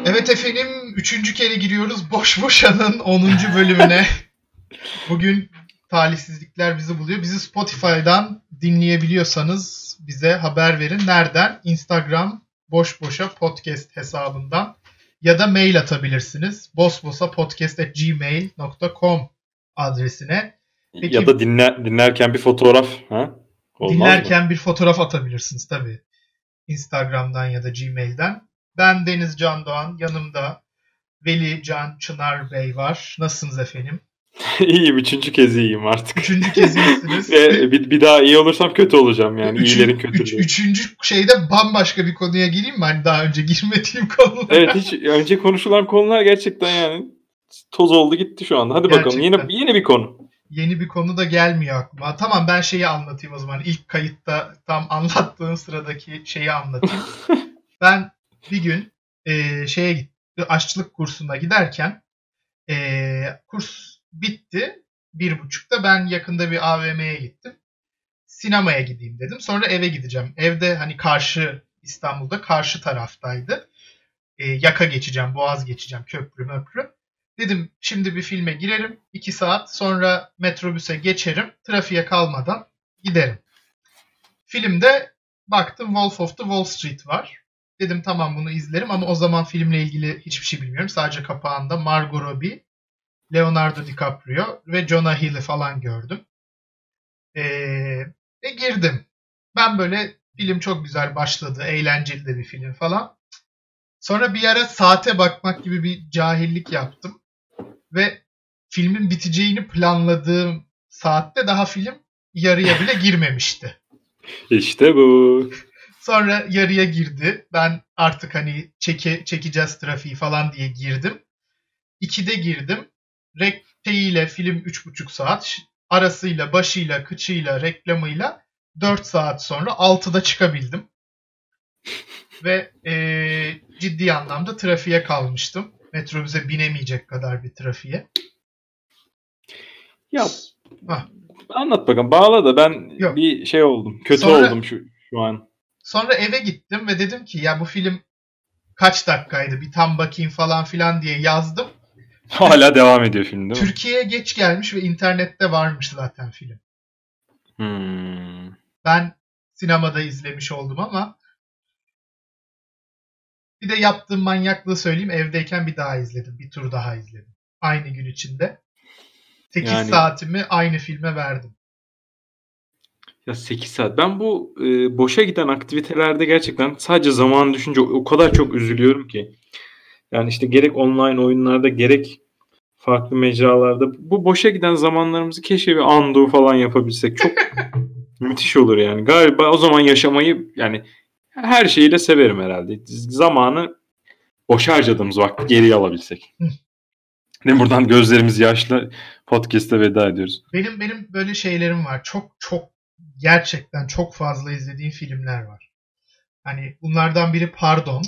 Evet efendim, 3. kere giriyoruz Boş Boşa'nın 10. bölümüne. Bugün talihsizlikler bizi buluyor. Bizi Spotify'dan dinleyebiliyorsanız bize haber verin. Nereden? Instagram Boş Boşa Podcast hesabından ya da mail atabilirsiniz. bosbosapodcast@gmail.com adresine. Peki, ya da dinlerken bir fotoğraf, ha? Olmaz dinlerken mı? bir fotoğraf atabilirsiniz tabii. Instagram'dan ya da Gmail'den. Ben Deniz Can Doğan, yanımda Veli Can Çınar Bey var. Nasılsınız efendim? İyiyim, 3. kez iyiyim artık. 3. kez iyisiniz. bir daha iyi olursam kötü olacağım yani. İyilerin kötülüğü. 3. şeyde bambaşka bir konuya gireyim mi? Hani daha önce girmediğim konulara. Evet, hiç önce konuşulan konular gerçekten yani toz oldu gitti şu anda. Hadi gerçekten. Bakalım yeni bir konu. Yeni bir konu da gelmiyor aklıma. Tamam, ben şeyi anlatayım o zaman. İlk kayıtta tam anlattığın sıradaki şeyi anlatayım. Ben bir gün şeye gittim. Aşçılık kursuna giderken kurs bitti. 1.30'da ben yakında bir AVM'ye gittim. Sinemaya gideyim dedim. Sonra eve gideceğim. Evde hani İstanbul'da karşı taraftaydı. Yaka geçeceğim, Boğaz geçeceğim, köprü. Dedim şimdi bir filme girerim. 2 saat sonra metrobüse geçerim. Trafiğe kalmadan giderim. Filmde baktım Wolf of the Wall Street var. Dedim tamam, bunu izlerim ama o zaman filmle ilgili hiçbir şey bilmiyorum. Sadece kapağında Margot Robbie, Leonardo DiCaprio ve Jonah Hill'i falan gördüm. Girdim. Ben böyle film çok güzel başladı. Eğlenceli de bir film falan. Sonra bir ara saate bakmak gibi bir cahillik yaptım. Ve filmin biteceğini planladığım saatte daha film yarıya bile girmemişti. İşte bu. Sonra yarıya girdi. Ben artık hani çekeceğiz trafiği falan diye girdim. 2'de girdim. Şeyiyle film 3,5 saat. Arasıyla, başıyla, kıçıyla, reklamıyla 4 saat sonra 6'da çıkabildim. Ve ciddi anlamda trafiğe kalmıştım. Metrobüse binemeyecek kadar bir trafiğe. Ya anlat bakalım. Bağla da ben bir şey oldum. Kötü oldum şu an. Sonra eve gittim ve dedim ki ya bu film kaç dakikaydı bir tam bakayım falan filan diye yazdım. Hala devam ediyor film değil mi? Türkiye'ye geç gelmiş ve internette varmış zaten film. Ben sinemada izlemiş oldum ama bir de yaptığım manyaklığı söyleyeyim, evdeyken bir daha izledim. Bir tur daha izledim. Aynı gün içinde. 8 saatimi aynı filme verdim. Ya 8 saat. Ben bu boşa giden aktivitelerde gerçekten sadece zamanı düşünce o kadar çok üzülüyorum ki. Yani işte gerek online oyunlarda gerek farklı mecralarda bu boşa giden zamanlarımızı keşke bir undo falan yapabilsek. Çok müthiş olur yani. Galiba o zaman yaşamayı yani her şeyiyle severim herhalde. Zamanı boşa harcadığımız vakti geriye alabilsek. Değil, buradan gözlerimiz yaşlı podcast'e veda ediyoruz. Benim böyle şeylerim var. Çok gerçekten çok fazla izlediğim filmler var. Hani bunlardan biri Pardon.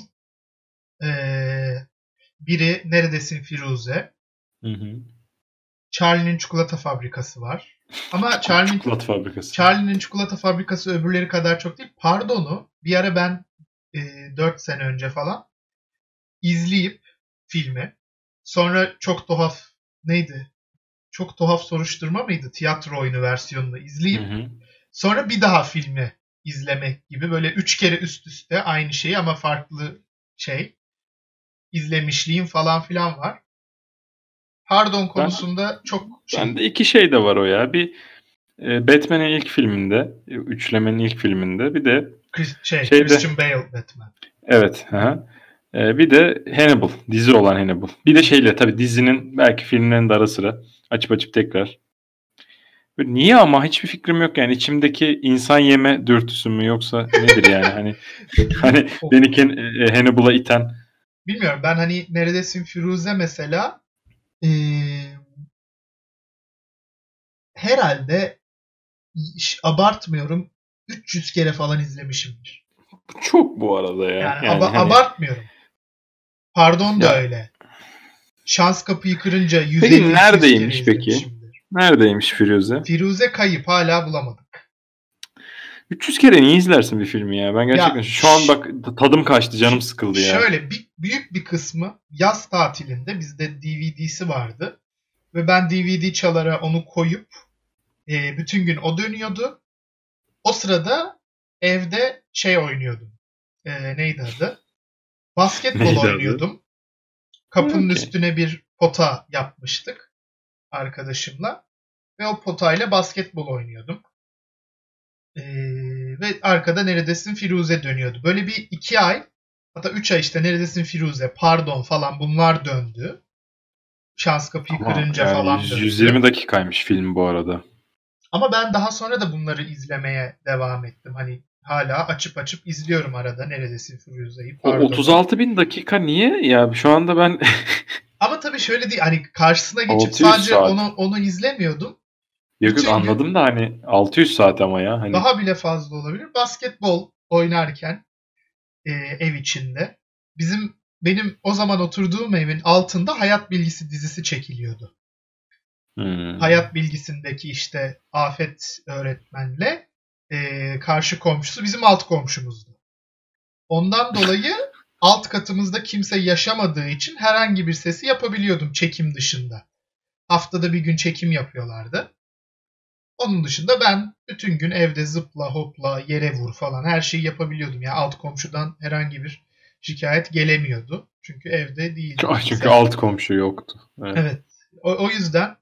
Biri Neredesin Firuze. Charlie'nin Çikolata Fabrikası var. Ama Charlie'nin Çikolata Fabrikası öbürleri kadar çok değil. Pardon'u bir ara ben 4 sene önce falan izleyip filmi, sonra Çok Tuhaf neydi? Çok Tuhaf Soruşturma mıydı? Tiyatro oyunu versiyonunu izleyip sonra bir daha filmi izlemek gibi böyle 3 kere üst üste aynı şeyi ama farklı izlemişliğim falan filan var. Pardon konusunda çok Bende 2 şey de var o ya. Bir Batman'in ilk filminde, üçlemenin ilk filminde, bir de Christian Bale Batman. Evet. Bir de Hannibal, dizi olan Hannibal. Bir de tabii dizinin belki filmlerin de ara sıra açıp tekrar. Böyle niye ama hiçbir fikrim yok yani, içimdeki insan yeme dürtüsü mü yoksa nedir yani hani beni Hannibal'a iten. Bilmiyorum, ben hani Neredesin Firuze mesela herhalde abartmıyorum 300 kere falan izlemişimdir. Çok bu arada ya. Yani abartmıyorum. Pardon da öyle. Şans Kapıyı Kırınca 150 peki neredeymiş peki? Neredeymiş Firuze? Firuze kayıp, hala bulamadık. 300 kere niye izlersin bir filmi ya? Ben gerçekten Ya şu an bak tadım kaçtı, canım sıkıldı ya. şöyle büyük bir kısmı yaz tatilinde bizde DVD'si vardı. Ve ben DVD çalara onu koyup bütün gün o dönüyordu. O sırada evde şey oynuyordum. Neydi adı? Basketbol Neydi adı? oynuyordum. Kapının Okey. üstüne bir pota yapmıştık arkadaşımla. Ve o potayla basketbol oynuyordum. Ve arkada Neredesin Firuze dönüyordu. Böyle bir 2 ay, hatta 3 ay işte Neredesin Firuze, Pardon falan bunlar döndü. Şans Kapıyı Ama Kırınca yani falan 120 döndü. dakikaymış film bu arada. Ama ben daha sonra da bunları izlemeye devam ettim. Hani hala açıp izliyorum arada Neredesin Firuze'yi, O Pardon'u. 36 bin dakika niye? Ya şu anda ben Ama tabii şöyle değil, hani karşısına geçip 600 sadece saat. onu izlemiyordum. Yok Bütün gün anladım da hani 600 saat ama ya hani. daha bile fazla olabilir. Basketbol oynarken ev içinde. Benim o zaman oturduğum evin altında Hayat Bilgisi dizisi çekiliyordu. Hayat Bilgisi'ndeki işte Afet öğretmenle karşı komşusu bizim alt komşumuzdu. Ondan dolayı alt katımızda kimse yaşamadığı için herhangi bir sesi yapabiliyordum çekim dışında. Haftada bir gün çekim yapıyorlardı. Onun dışında ben bütün gün evde zıpla hopla yere vur falan her şeyi yapabiliyordum. Yani alt komşudan herhangi bir şikayet gelemiyordu. Çünkü evde değildi Çünkü kimse. alt komşu yoktu. Evet. Evet. O yüzden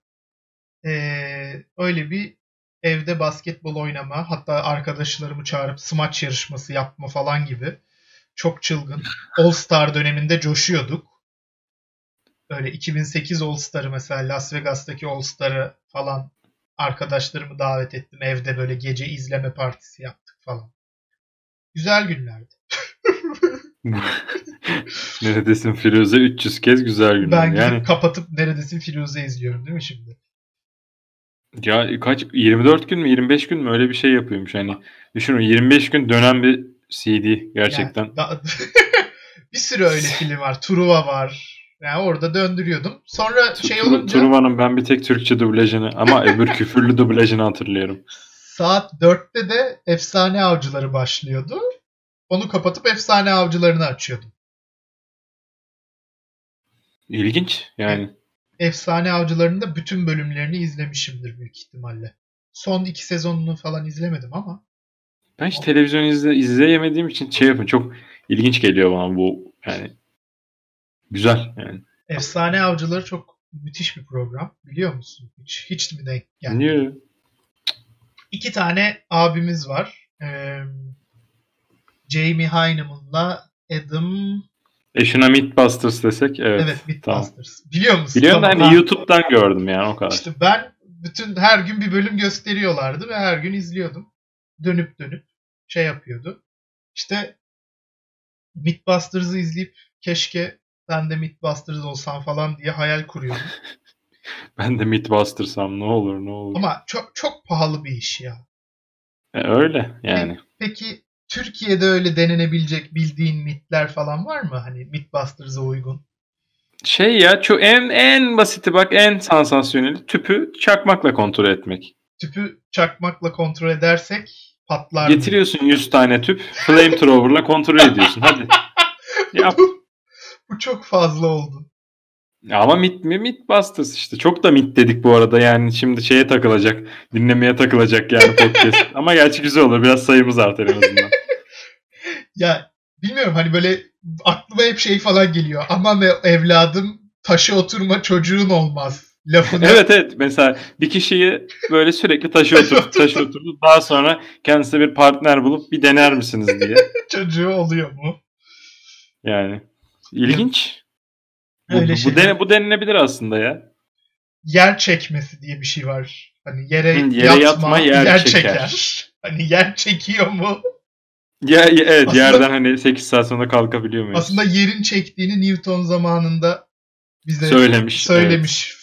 öyle bir evde basketbol oynama, hatta arkadaşlarımı çağırıp smaç yarışması yapma falan gibi çok çılgın. All Star döneminde coşuyorduk. Öyle 2008 All Star'ı mesela Las Vegas'taki All Star'ı falan arkadaşlarımı davet ettim. Evde böyle gece izleme partisi yaptık falan. Güzel günlerdi. Neredesin Firuze 300 kez güzel günler. Ben gidip Yani kapatıp Neredesin Firuze izliyorum değil mi şimdi? ya kaç 24 gün mü 25 gün mü öyle bir şey yapıyormuş hani. Düşünün 25 gün dönen bir CD Yani gerçekten. bir sürü öyle film var. Truva var. Yani orada döndürüyordum. Sonra şey olunca Truva'nın ben bir tek Türkçe dublajını ama öbür küfürlü dublajını hatırlıyorum. saat 4'te de Efsane Avcıları başlıyordu. Onu kapatıp Efsane Avcılarını açıyordum. İlginç yani. Efsane Avcıları'nın da bütün bölümlerini izlemişimdir büyük ihtimalle. Son 2 sezonunu falan izlemedim ama. Ben hiç televizyon izleyemediğim için şey yapın çok ilginç geliyor bana bu yani. Güzel yani. Efsane Avcıları çok müthiş bir program. Biliyor musun? Hiç mi denk geldi? Niye? 2 tane abimiz var. Jamie Hyneman'la Adam... Şuna Mythbusters desek evet. Evet, Mythbusters. Tamam. Biliyor musun? Biliyorum da Tamam. hani YouTube'dan gördüm yani o kadar. İşte ben her gün bir bölüm gösteriyorlardı ve her gün izliyordum. Dönüp şey yapıyordu. İşte Mythbusters'ı izleyip keşke ben de Mythbusters olsam falan diye hayal kuruyordum. Ben de Mythbusters'am ne olur ne olur. Ama çok çok pahalı bir iş ya. Öyle yani. Peki Türkiye'de öyle denenebilecek bildiğin mitler falan var mı? Hani Mythbusters'a uygun. Şey ya şu en basiti bak en sansasyoneli tüpü çakmakla kontrol etmek. Tüpü çakmakla kontrol edersek patlar mı? Getiriyorsun 100 tane tüp flamethrower'la kontrol ediyorsun. Hadi yap. Bu çok fazla oldu. Ama Mythbusters işte. Çok da mit dedik bu arada yani şimdi şeye takılacak. Dinlemeye takılacak yani podcast. Ama gerçi güzel olur. Biraz sayımız artar en azından. Ya bilmiyorum hani böyle aklıma hep şey falan geliyor. Aman evladım taşa oturma çocuğun olmaz lafını. Evet mesela bir kişiyi böyle sürekli taşı oturdu. Daha sonra kendisine bir partner bulup bir dener misiniz diye. Çocuğu oluyor mu? Yani ilginç. Bu denilebilir aslında ya. Yer çekmesi diye bir şey var. Hani yere yatma, yer çeker. Hani yer çekiyor mu? Evet aslında, yerden hani 8 saat sonra kalkabiliyor muyuz? Aslında yerin çektiğini Newton zamanında bize söylemiş. Evet.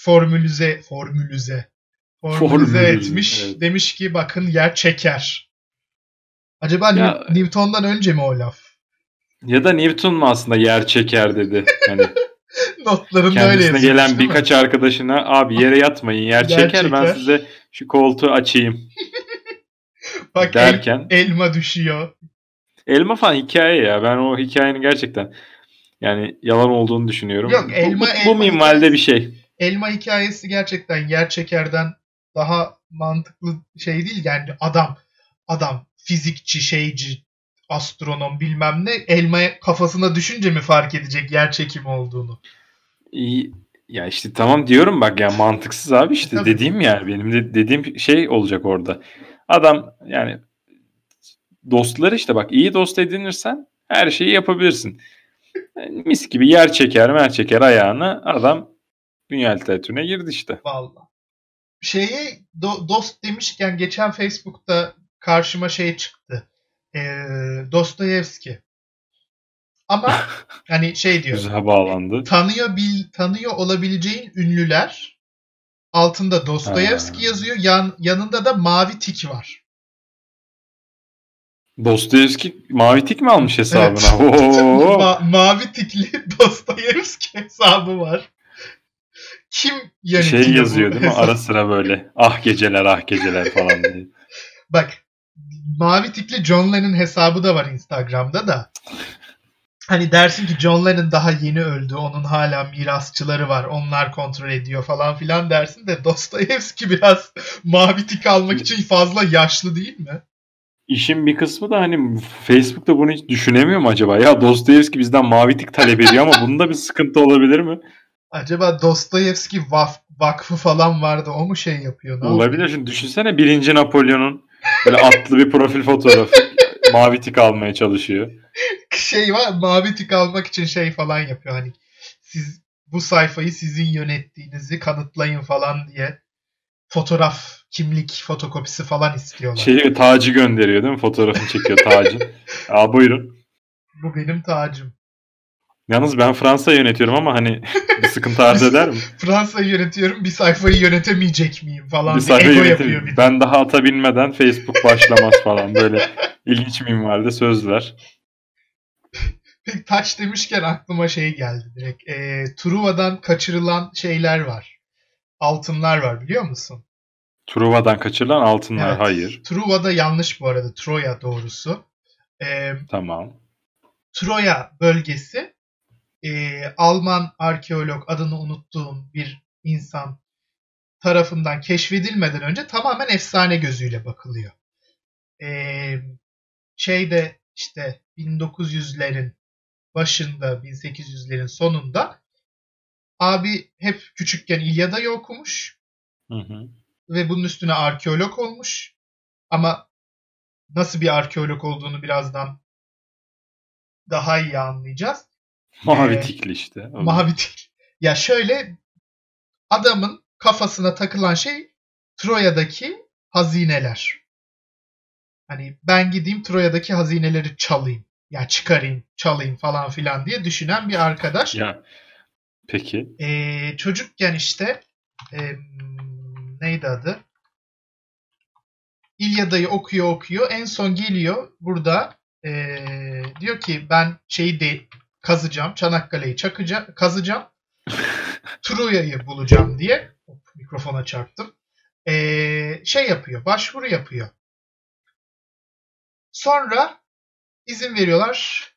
Formülize etmiş. Evet. Demiş ki bakın yer çeker. Acaba Newton'dan önce mi o laf? Ya da Newton mu aslında yer çeker dedi. Hani notlarında öyle yazıyor. Kendisine gelen birkaç arkadaşına abi yere yatmayın yer çeker ben size şu koltuğu açayım. Bak derken elma düşüyor. elma falan hikaye ya. Ben o hikayenin gerçekten yani yalan olduğunu düşünüyorum. Yok, Bu minvalde bir şey. Elma hikayesi gerçekten yer çekerden daha mantıklı şey değil. Yani adam fizikçi, şeyci, astronom bilmem ne, elmaya kafasına düşünce mi fark edecek yer çekimi olduğunu? İyi. Ya işte tamam diyorum bak ya, mantıksız abi işte Tabii. dediğim yani benim de dediğim şey olacak orada. Adam yani dostları işte bak, iyi dost edinirsen her şeyi yapabilirsin. Yani mis gibi yer çeker ayağını, adam dünya literatürüne girdi işte. Vallahi. Dost demişken geçen Facebook'ta karşıma şey çıktı. Dostoyevski. Ama hani şey diyor. Güzel bağlandı. Tanıyor olabileceğin ünlüler, altında Dostoyevski yazıyor. Yanında da mavi tik var. Dostoyevski mavi tik mi almış hesabına? Evet. Mavi tikli Dostoyevski hesabı var. Kim yönetiyor şey yazıyor bu değil mi? hesabı? Ara sıra böyle ah geceler falan diye. Bak, mavi tikli John Lennon hesabı da var Instagram'da da. Hani dersin ki John Lennon daha yeni öldü. Onun hala mirasçıları var. Onlar kontrol ediyor falan filan dersin de Dostoyevski biraz mavi tik almak için fazla yaşlı değil mi? İşin bir kısmı da hani Facebook'ta bunu hiç düşünemiyor mu acaba? Ya Dostoyevski bizden mavi tik talep ediyor ama bunda bir sıkıntı olabilir mi? Acaba Dostoyevski vakfı falan vardı. O mu şey yapıyor? Ne Olabilir. yapıyor? Şimdi düşünsene 1. Napolyon'un böyle atlı bir profil fotoğrafı mavi tik almaya çalışıyor. Şey var, mavi tik almak için şey falan yapıyor. Hani siz bu sayfayı sizin yönettiğinizi kanıtlayın falan diye fotoğraf, kimlik fotokopisi falan istiyorlar. Tacı gönderiyor değil mi? Fotoğrafını çekiyor Tacı. Aa buyurun. Bu benim tacım. Yalnız ben Fransa'yı yönetiyorum ama hani bir sıkıntı arz eder mi? Fransa'yı yönetiyorum, bir sayfayı yönetemeyecek miyim falan Bir diye sayfa ego yönetir. yapıyor bir de. Ben daha ata binmeden Facebook başlamaz falan, böyle ilginç minvalde sözler. Peki taç demişken aklıma şey geldi direkt. Truva'dan kaçırılan şeyler var. Altınlar var, biliyor musun? Truva'dan kaçırılan altınlar, Evet. hayır. Truva'da yanlış bu arada. Troya doğrusu. Ee, Tamam. Troya bölgesi, Alman arkeolog, adını unuttuğum bir insan tarafından keşfedilmeden önce tamamen efsane gözüyle bakılıyor. Ee, Şeyde işte 1900'lerin başında, 1800'lerin sonunda abi hep küçükken İlyada'yı okumuş Hı hı. ve bunun üstüne arkeolog olmuş. Ama nasıl bir arkeolog olduğunu birazdan daha iyi anlayacağız. Mavi tikli işte. Mavi tik. Ya şöyle, adamın kafasına takılan şey Troya'daki hazineler. Hani ben gideyim Troya'daki hazineleri çalayım. Ya çıkarayım, çalayım falan filan diye düşünen bir arkadaş. Ya peki. Çocukken işte neydi adı? İlyada'yı okuyor. En son geliyor burada, diyor ki ben şeyi de kazacağım. Çanakkale'yi kazacağım. Troya'yı bulacağım diye. Mikrofona çarptım. Şey yapıyor. Başvuru yapıyor. Sonra izin veriyorlar.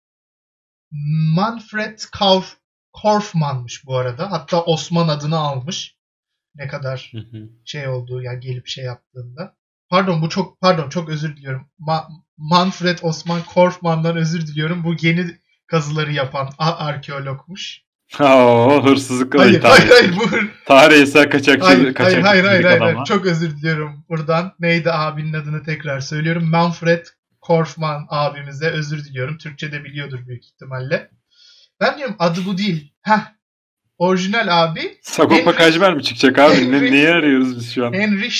Manfred Korfman'mış bu arada. Hatta Osman adını almış. Ne kadar şey olduğu, yani gelip şey yaptığında. Pardon çok özür diliyorum. Manfred Osman Korfman'dan özür diliyorum. Bu yeni kazıları yapan arkeologmuş. Hırsızlıkla Hayır. Bu tarihsel kaçakçı hayır. Çok özür diliyorum. Buradan neydi abinin adını tekrar söylüyorum. Manfred Korfman abimize özür diliyorum. Türkçe'de biliyordur büyük ihtimalle. Ben diyorum adı bu değil. Orijinal abi Sagopa Kajmer mi çıkacak abi? Neyi arıyoruz biz şu an?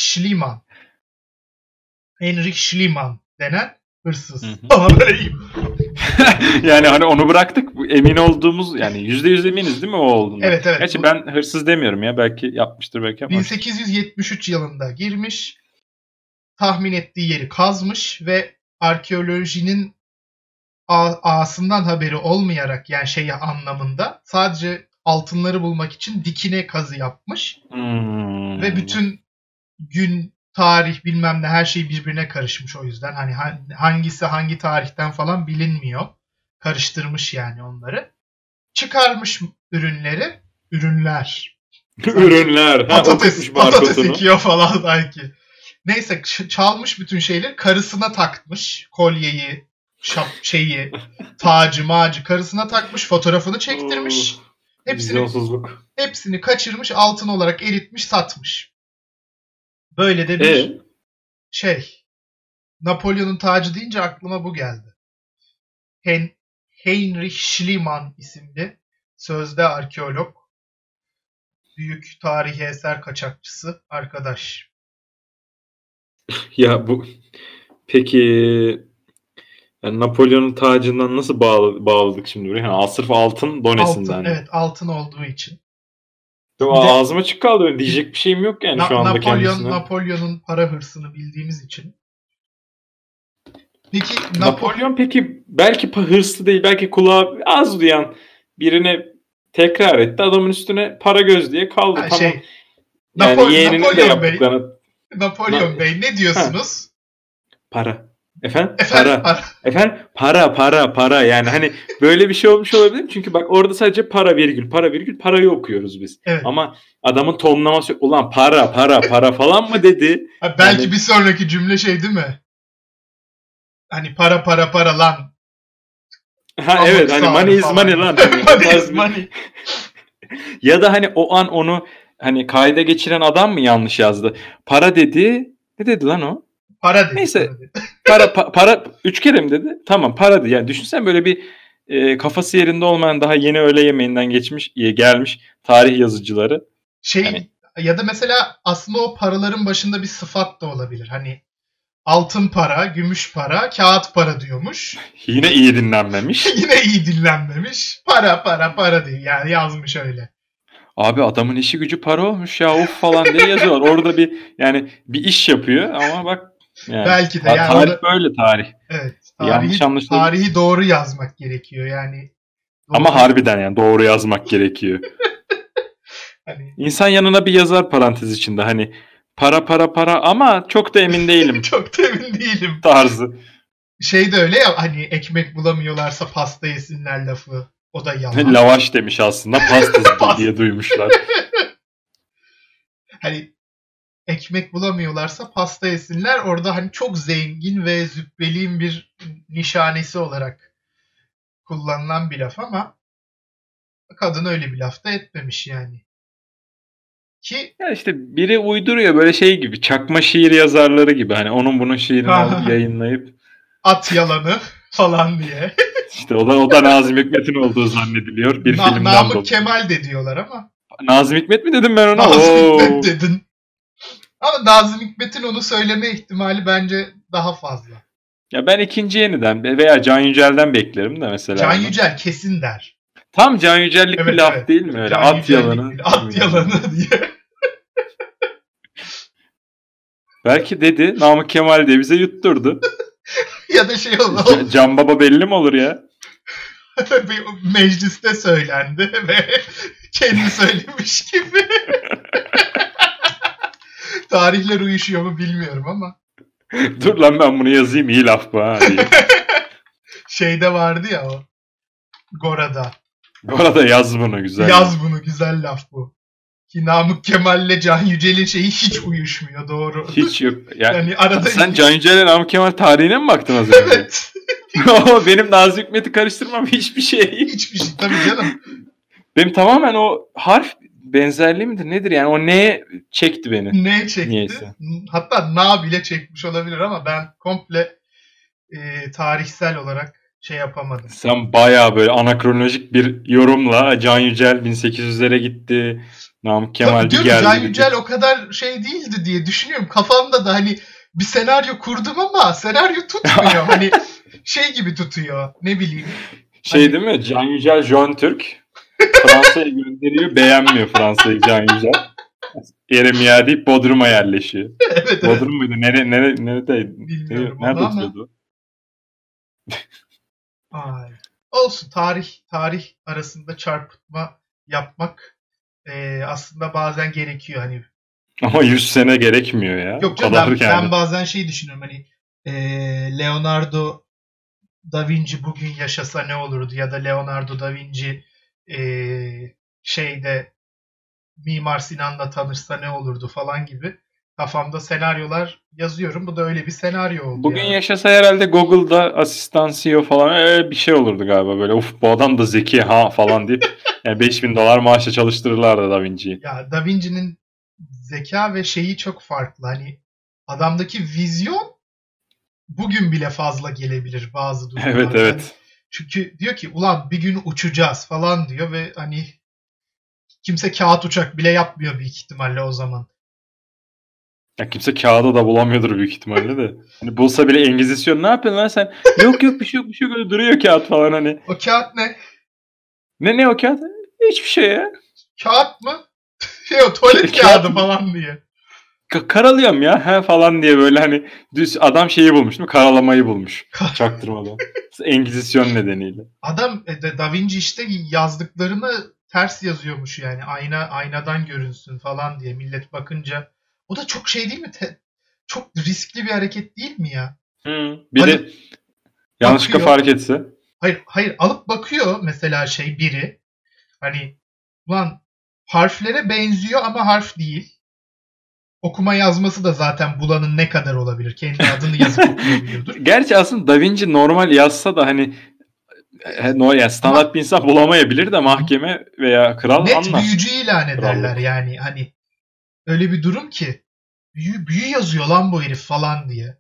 Henrik Schliemann denen hırsız. Yani hani onu bıraktık. Emin olduğumuz, yani %100 eminiz değil mi o olduğunu? Evet. Gerçi ben hırsız demiyorum ya. Belki yapmıştır, belki yapmamıştır. 1873 yılında girmiş. Tahmin ettiği yeri kazmış ve arkeolojinin ağasından haberi olmayarak, yani şey anlamında, sadece altınları bulmak için dikine kazı yapmış. Ve bütün gün tarih bilmem ne her şey birbirine karışmış o yüzden. Hani hangisi hangi tarihten falan bilinmiyor. Karıştırmış yani onları. Çıkarmış ürünler. Ürünler. Patates ekiyor falan sanki. Neyse çalmış bütün şeyleri, karısına takmış kolyeyi, tacı macı karısına takmış, fotoğrafını çektirmiş. Hepsini kaçırmış, altın olarak eritmiş, satmış. Böyle de bir Napolyon'un tacı deyince aklıma bu geldi. Heinrich Schliemann isimli sözde arkeolog, büyük tarihi eser kaçakçısı arkadaş. Ya bu peki yani Napolyon'un tacından nasıl bağladık şimdi buraya? Yani sırf altın donesinden. Altın, evet, altın olduğu için. Ağzıma açık kaldı. Diyecek bir şeyim yok yani şu anda kendisine. Napolyon'un para hırsını bildiğimiz için. Peki Napolyon peki belki hırslı değil, belki kulağı az duyan birine tekrar etti. Adamın üstüne para göz diye kaldı. Tamam. Yani yeğeninin de yaptıklarını. Napolyon Bey ne diyorsunuz? Para. Efendim? Para. Efendim? Para. Yani hani böyle bir şey olmuş olabilir mi? Çünkü bak orada sadece para virgül parayı okuyoruz biz. Evet. Ama adamın tonlaması ulan para falan mı dedi? Belki yani bir sonraki cümle şey değil mi? Hani para lan. Ha evet, hani money is money lan. Money is money. Ya da hani o an onu hani kayda geçiren adam mı yanlış yazdı? Para dedi. Ne dedi lan o? Para dedi. Neyse. Para 3 kere mi dedi? Tamam, para dedi. Yani düşünsen böyle bir kafası yerinde olmayan, daha yeni öğle yemeğinden gelmiş tarih yazıcıları. Yani, ya da mesela aslında o paraların başında bir sıfat da olabilir. Hani altın para, gümüş para, kağıt para diyormuş. Yine iyi dinlenmemiş. Para diye yani yazmış öyle. Abi adamın işi gücü para olmuş ya, of falan diye yazıyorlar. Orada bir iş yapıyor ama bak yani. Belki de yani tarih böyle tarih. Evet. Tarihi doğru yazmak gerekiyor yani. Ama harbiden yani doğru yazmak gerekiyor. Hani... İnsan yanına bir yazar parantez içinde hani para ama çok da emin değilim. Tarzı. Şey de öyle ya, hani ekmek bulamıyorlarsa pasta yesinler lafı. O da yalan. Lavaş demiş aslında, pasta diye duymuşlar. Hani ekmek bulamıyorlarsa pasta yesinler. Orada hani çok zengin ve züppeliğin bir nişanesi olarak kullanılan bir laf ama kadın öyle bir laf da etmemiş yani. Ki ya işte biri uyduruyor böyle şey gibi, çakma şiir yazarları gibi, hani onun bunun şiirini alıp yayınlayıp at yalanı falan diye. İşte o da Nazım Hikmet'in olduğu zannediliyor bir filmden dolayı. Namık Kemal de diyorlar ama. Nazım Hikmet mi dedim ben ona? Nazım Hikmet dedin. Ama Nazım Hikmet'in onu söyleme ihtimali bence daha fazla. Ya ben ikinci yeniden veya Can Yücel'den beklerim de mesela. Can Yücel kesin der. Tam Can Yücel'lik bir laf değil mi öyle? Can at yalanı. At yalanı diye. Belki dedi, Namık Kemal diye bize yutturdu. Ya da şey olur. Can Baba belli mi olur ya? Mecliste söylendi ve kendi söylemiş gibi. Tarihler uyuşuyor mu bilmiyorum ama. Dur lan ben bunu yazayım, iyi laf bu ha diye. Şeyde vardı ya o. Gora'da. Gora'da yaz bunu güzel. Yaz bunu, güzel laf bu. Ki Namık Kemal'le Can Yücel'in şeyi hiç uyuşmuyor, doğru. Hiç yok. Yani arada sen Can Yücel'le Namık Kemal tarihine mi baktın az önce? Evet. Benim Nazım Hikmet'i karıştırmam hiçbir şey. Hiçbir şey tabii canım. Benim tamamen o harf benzerliği midir nedir yani, o neye çekti beni. Neye çekti? Niyeyse. Hatta na bile çekmiş olabilir ama ben komple tarihsel olarak şey yapamadım. Sen bayağı böyle anakronolojik bir yorumla Can Yücel 1800'lere gitti. Namık Kemal bir geldi. Can Yücel o kadar şey değildi diye düşünüyorum. Kafamda da hani bir senaryo kurdum ama senaryo tutmuyor. Hani şey gibi tutuyor. Ne bileyim. Şey değil mi? Can Yücel Jön Türk. Fransa'ya gönderiyor. Beğenmiyor Fransa'yı Can Yücel. Yeremia deyip Bodrum'a yerleşiyor. Evet. Bodrum muydu? Nerede? Bilmiyorum. Nerede oturuyordu? Olsun, tarih arasında çarpıtma yapmak aslında bazen gerekiyor. Hani Ama 100 sene gerekmiyor ya. Yok O canım, kadar ben yani. bazen şey düşünüyorum, hani Leonardo Da Vinci bugün yaşasa ne olurdu, ya da Leonardo Da Vinci şeyde Mimar Sinan'la tanışsa ne olurdu falan gibi kafamda senaryolar yazıyorum. Bu da öyle bir senaryo oldu Bugün ya. yaşasa herhalde Google'da asistan CEO falan öyle bir şey olurdu galiba böyle. Uf bu adam da zeki ha falan deyip yani $5.000 maaşla çalıştırırlardı Da Vinci'yi. Ya Da Vinci'nin zeka ve şeyi çok farklı. Hani adamdaki vizyon bugün bile fazla gelebilir bazı Evet durumlarda. Hani evet. çünkü diyor ki ulan bir gün uçacağız falan diyor ve hani kimse kağıt uçak bile yapmıyor büyük ihtimalle o zaman. Ya kimse kağıda da bulamıyordur büyük ihtimalle de. Hani bulsa bile Engizisyon ne yapıyorsun lan sen? Yok yok bir şey yok bir şey yok öyle duruyor kağıt falan hani. O kağıt ne? Ne o kağıt? Hiçbir şey ya. Kağıt mı? Şey, o tuvalet Kağıt kağıdı falan diye. karalıyorum ya he falan diye böyle hani düz adam şeyi bulmuş mu? Karalamayı bulmuş. Çaktırmadan. Engizisyon nedeniyle. Adam Da Vinci işte yazdıklarını ters yazıyormuş, yani aynadan görünsün falan diye millet bakınca. O da çok şey değil mi? Çok riskli bir hareket değil mi ya? Biri Alıp yanlışlıkla bakıyor. fark etse. Hayır, alıp bakıyor mesela şey biri. Hani ulan harflere benziyor ama harf değil. Okuma yazması da zaten bulanın ne kadar olabilir? Kendi adını yazıp okuyabiliyordur. Gerçi aslında Da Vinci normal yazsa da hani yani Ama standart bir insan bulamayabilir de mahkeme veya kral net anlar. büyücü ilan ederler Krallık. yani, hani öyle bir durum ki büyü yazıyor lan bu herif falan diye.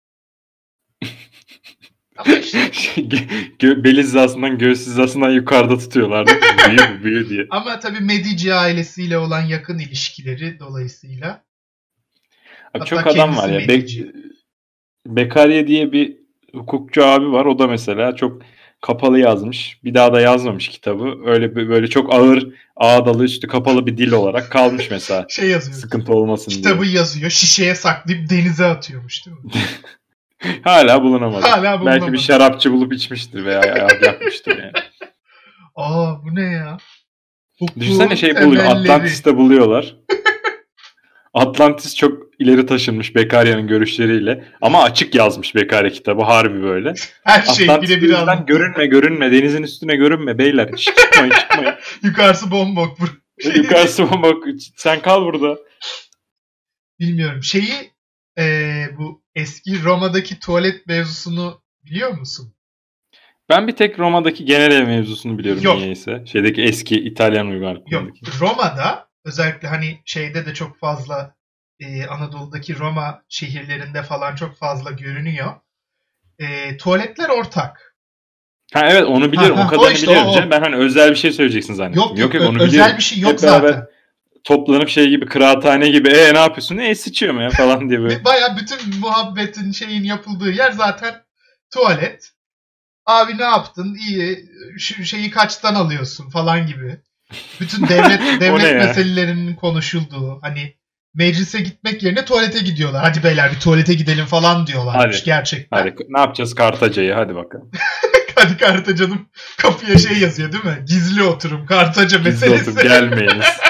Ama işte Bel hizasından göğüs hizasından yukarıda tutuyorlardı. Bu büyü bu büyü diye. ama tabii Medici ailesiyle olan yakın ilişkileri dolayısıyla, Abi hatta çok adam var kendisi ya. Medici. Beccaria diye bir hukukçu abi var. O da mesela çok kapalı yazmış. Bir daha da yazmamış kitabı. Öyle böyle çok ağır, ağdalı, üstü kapalı bir dil olarak kalmış mesela. Şey yazıyor. Sıkıntı olmasın Kitabı diye. yazıyor, şişeye saklayıp denize atıyormuş değil mi? Hala bulunamadı. Hala Belki bir bulunamadı. şarapçı bulup içmiştir veya yakmıştır yani. Aa, bu ne ya? Düşünsene Hukukun şey buluyor. temelleri. Atlantis'te buluyorlar. Atlantis çok ileri taşınmış Beccaria'nın görüşleriyle. Ama açık yazmış Beccaria kitabı harbi böyle. Her şey Atlantis bu birebir yüzden anlatıyor. görünme denizin üstüne görünme beyler. Çıkmayın. Yukarısı bombok bu şey diye. Yukarısı bak sen kal burada. Bilmiyorum. Bu eski Roma'daki tuvalet mevzusunu biliyor musun? Ben bir tek Roma'daki genel ev mevzusunu biliyorum Yok. niyeyse. Şeydeki eski İtalyan Yok. uygarlıklarındaki. Roma'da özellikle hani şeyde de çok fazla, Anadolu'daki Roma şehirlerinde falan çok fazla görünüyor. Tuvaletler ortak. Ha evet onu Ha biliyorum. O ha, o kadarını işte o biliyorum canım. o. Ben hani özel bir şey söyleyeceksin zannettim. Yok Yok yok, yok onu özel biliyorum. bir şey yok Hep beraber zaten. toplanıp şey gibi kıraathane gibi ne yapıyorsun? Sıçıyor mu ya falan diye böyle. Baya bütün muhabbetin şeyin yapıldığı yer zaten tuvalet. Abi ne yaptın? İyi. Şu şeyi kaçtan alıyorsun falan gibi. Bütün devlet O ne devlet ya? meselelerinin konuşulduğu, hani meclise gitmek yerine tuvalete gidiyorlar. Hadi beyler bir tuvalete gidelim falan diyorlarmış Hadi. gerçekten. Hadi ne yapacağız Kartaca'yı hadi bakalım. Hadi Kartaca'nın kapıya şey yazıyor değil mi? Gizli oturum Kartaca Gizli meselesi. oturup gelmeyiniz.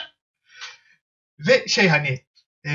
Ve şey hani e,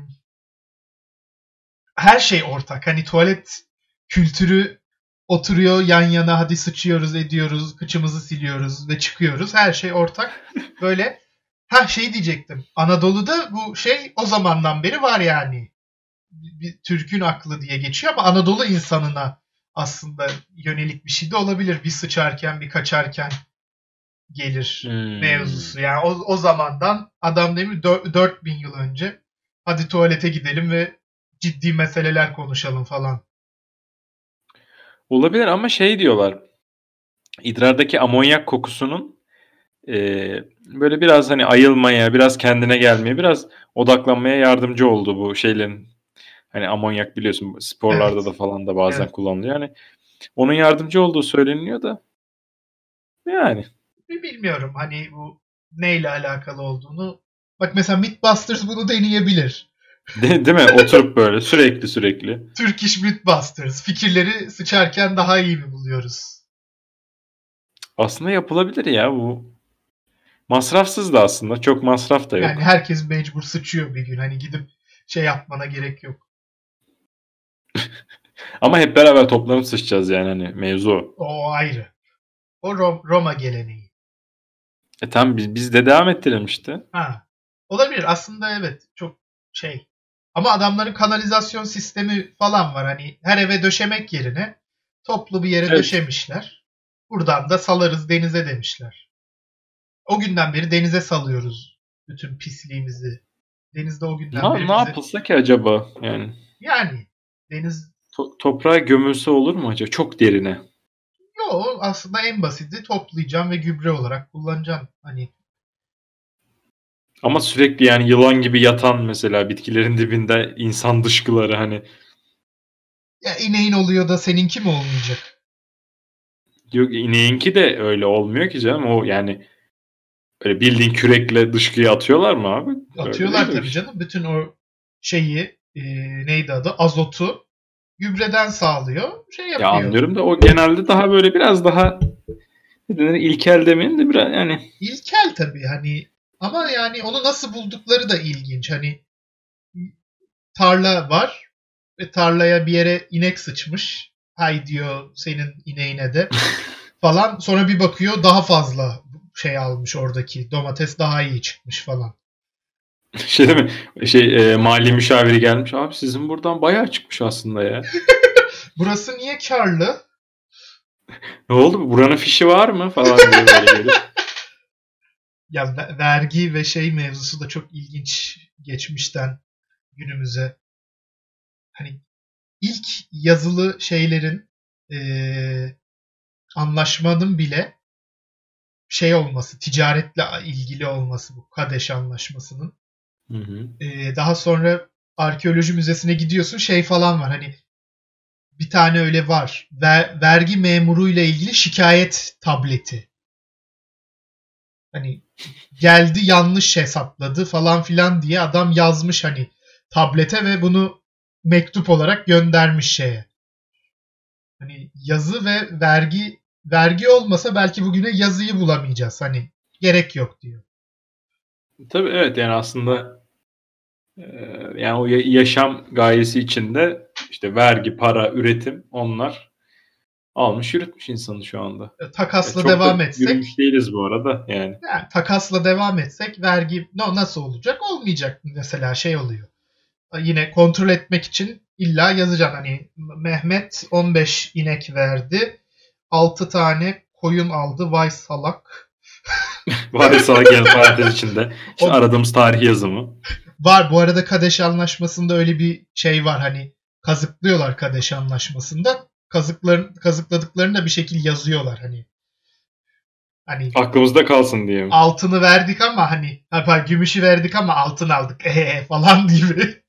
her şey ortak. Hani tuvalet kültürü oturuyor yan yana, hadi sıçıyoruz ediyoruz, kıçımızı siliyoruz ve çıkıyoruz. Her şey ortak. Böyle şey diyecektim. Anadolu'da bu şey o zamandan beri var yani. Bir Türk'ün aklı diye geçiyor ama Anadolu insanına aslında yönelik bir şey de olabilir. Bir sıçarken bir kaçarken gelir Hmm. mevzusu. Yani o zamandan adam değil mi 4000 yıl önce hadi tuvalete gidelim ve ciddi meseleler konuşalım falan. Olabilir ama şey diyorlar. İdrardaki amonyak kokusunun böyle biraz hani ayılmaya, biraz kendine gelmeye, biraz odaklanmaya yardımcı oldu bu şeylerin. Hani amonyak biliyorsun sporlarda da Evet. falan da bazen Evet. kullanılıyor. Yani onun yardımcı olduğu söyleniyor da yani. Bilmiyorum hani bu neyle alakalı olduğunu. Bak mesela Mythbusters bunu deneyebilir. Değil mi? Oturup böyle sürekli. Turkish Mythbusters. Fikirleri sıçarken daha iyi mi buluyoruz? Aslında yapılabilir ya bu. Masrafsız da aslında. Çok masraf da yok. Yani herkes mecbur sıçıyor bir gün. Hani gidip şey yapmana gerek yok. Ama hep beraber toplanıp sıçacağız yani hani mevzu o. O ayrı. O Roma geleneği. Tamam biz de devam ettirelim işte. Ha. Olabilir. Aslında evet. Çok şey. Ama adamların kanalizasyon sistemi falan var. Hani her eve döşemek yerine toplu bir yere Evet. döşemişler. Buradan da salarız denize demişler. O günden beri denize salıyoruz bütün pisliğimizi. Denizde o günden beri Ne yapılsa ki acaba yani? Yani deniz Toprağa gömülse olur mu acaba? Çok derine. yo aslında en basiti toplayacağım ve gübre olarak kullanacağım. Hani Ama sürekli yani yılan gibi yatan mesela bitkilerin dibinde insan dışkıları hani. ya ineğin oluyor da seninki mi olmayacak? Yok ineğinki de öyle olmuyor ki canım. O yani öyle bildiğin kürekle dışkıyı atıyorlar mı abi? Atıyorlar tabii canım. Bütün o şeyi neydi adı? Azotu gübreden sağlıyor. Şey Ya yapıyor. anlıyorum da o genelde daha böyle biraz daha ne denir, ilkel demeyeyim de biraz yani. İlkel tabii hani ama yani onu nasıl buldukları da ilginç. Hani tarla var ve tarlaya bir yere inek sıçmış. Hay diyor senin ineğine de falan. Sonra bir bakıyor daha fazla şey almış oradaki domates daha iyi çıkmış falan. Şey değil mi? Mali müşaviri gelmiş. Abi sizin buradan bayağı çıkmış aslında ya. Burası niye karlı? Ne oldu? Buranın fişi var mı? Falan diye böyle gelip. Ya vergi ve şey mevzusu da çok ilginç geçmişten günümüze. Hani ilk yazılı şeylerin anlaşmanın bile şey olması, ticaretle ilgili olması bu Kadeş Anlaşması'nın. Hı hı. Daha sonra arkeoloji müzesine gidiyorsun şey falan var hani bir tane öyle var. Vergi memuruyla ilgili şikayet tableti. Hani geldi yanlış hesapladı falan filan diye adam yazmış hani tablete ve bunu mektup olarak göndermiş şeye. Hani yazı ve vergi olmasa belki bugüne yazıyı bulamayacağız. Hani gerek yok diyor. Tabii evet yani aslında yani o yaşam gayesi içinde işte vergi, para, üretim onlar almış yürütmüş insanı şu anda. Takasla Çok da devam etsek yürümüş değiliz bu arada yani. yani takasla devam etsek vergi nasıl olacak? Olmayacak mesela şey oluyor. Yine kontrol etmek için illa yazacaksın. Hani Mehmet 15 inek verdi. 6 tane koyun aldı. Vay salak. Var ya salak yani parantez içinde. İşte O, aradığımız tarih yazımı. var bu arada Kadeş Anlaşması'nda öyle bir şey var. Hani kazıklıyorlar Kadeş Anlaşması'nda. Kazıkladıklarını da bir şekilde yazıyorlar. Hani Aklımızda kalsın diye mi? altını verdik ama hani gümüşü verdik ama altın aldık falan gibi.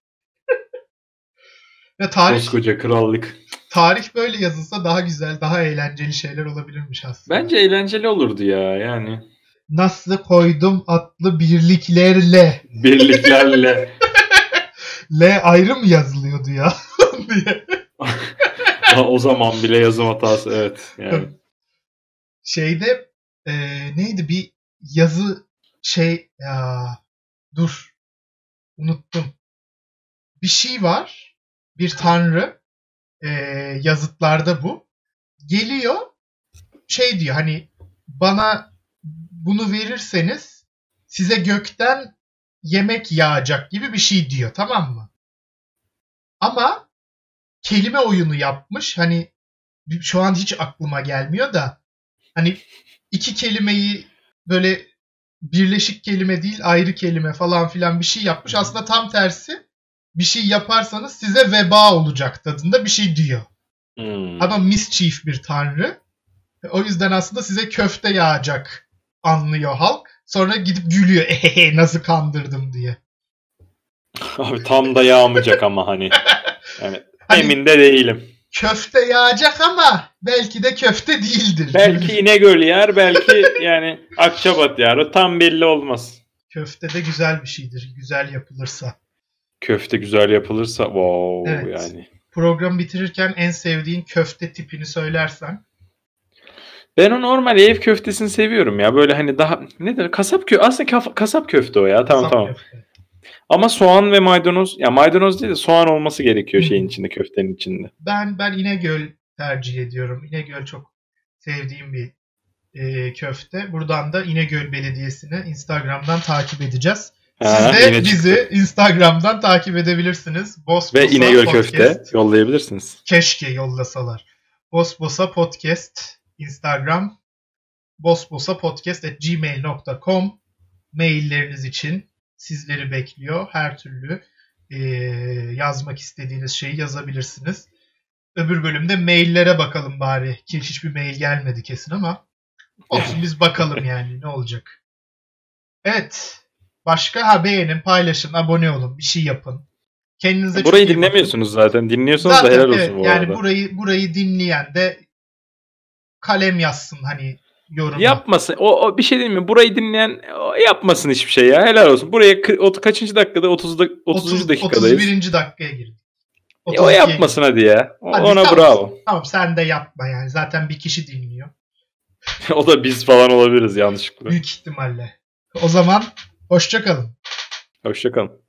Ve Koskoca krallık. tarih böyle yazılsa daha güzel, daha eğlenceli şeyler olabilirmiş aslında. Bence eğlenceli olurdu ya yani. Nasıl koydum atlı birliklerle. Birliklerle. L ayrı mı yazılıyordu ya? diye. O zaman bile yazım hatası evet yani. Şeyde neydi bir yazı şey ya dur unuttum. Bir şey var. Bir tanrı yazıtlarda bu. Geliyor şey diyor hani bana bunu verirseniz size gökten yemek yağacak gibi bir şey diyor tamam mı? Ama kelime oyunu yapmış. Hani şu an hiç aklıma gelmiyor da hani iki kelimeyi böyle birleşik kelime değil ayrı kelime falan filan bir şey yapmış. Aslında tam tersi bir şey yaparsanız size veba olacak tadında bir şey diyor. Ama mischief bir tanrı. O yüzden aslında size köfte yağacak anlıyor halk. Sonra gidip gülüyor. Nasıl kandırdım diye. Abi tam da yağmayacak ama hani. Yani Hani emin de değilim. köfte yağacak ama belki de köfte değildir. Belki İnegöl yer, belki yani Akçabat yer. O tam belli olmaz. Köfte de güzel bir şeydir. Güzel yapılırsa. Köfte güzel yapılırsa wow Evet. yani. Programı bitirirken en sevdiğin köfte tipini söylersen. Ben o normal ev köftesini seviyorum ya. Böyle hani daha nedir? Kasap köfte. Aslında kasap köfte o ya. Tamam Kasap tamam. köfte. Ama soğan ve maydanoz. Ya maydanoz değil de soğan olması gerekiyor şeyin Hmm. içinde, köftenin içinde. Ben İnegöl tercih ediyorum. İnegöl çok sevdiğim bir köfte. Buradan da İnegöl Belediyesi'ni Instagram'dan takip edeceğiz. Siz Ha, de yine bizi çıktı. Instagram'dan takip edebilirsiniz. Ve Bosbosa İnegöl köfte Podcast. yollayabilirsiniz. Keşke yollasalar. Bosbosa Podcast Instagram, bosbosapodcast@gmail.com mailleriniz için sizleri bekliyor. Her türlü yazmak istediğiniz şeyi yazabilirsiniz. Öbür bölümde maillere bakalım bari. Ki hiçbir mail gelmedi kesin ama olsun, biz bakalım yani ne olacak. Evet. Başka beğenin, paylaşın, abone olun, bir şey yapın. Kendinize çok Burayı iyi bakın. dinlemiyorsunuz zaten. Dinliyorsanız da Zaten helal olsun evet, bu yani arada. burayı dinleyen de kalem yazsın hani yoruma. Yapmasın. O bir şey değil mi? Burayı dinleyen yapmasın hiçbir şey ya. Helal olsun. Buraya kaçıncı dakikada? 30. dakikadayız. 31. dakikaya girdik. O 32'ye yapmasın girdik. hadi ya. Hadi, Ona tamam, bravo. tamam sen de yapma yani. Zaten bir kişi dinliyor. O da biz falan olabiliriz yanlışlıkla. Büyük ihtimalle. O zaman hoşça kalın. Hoşça kalın.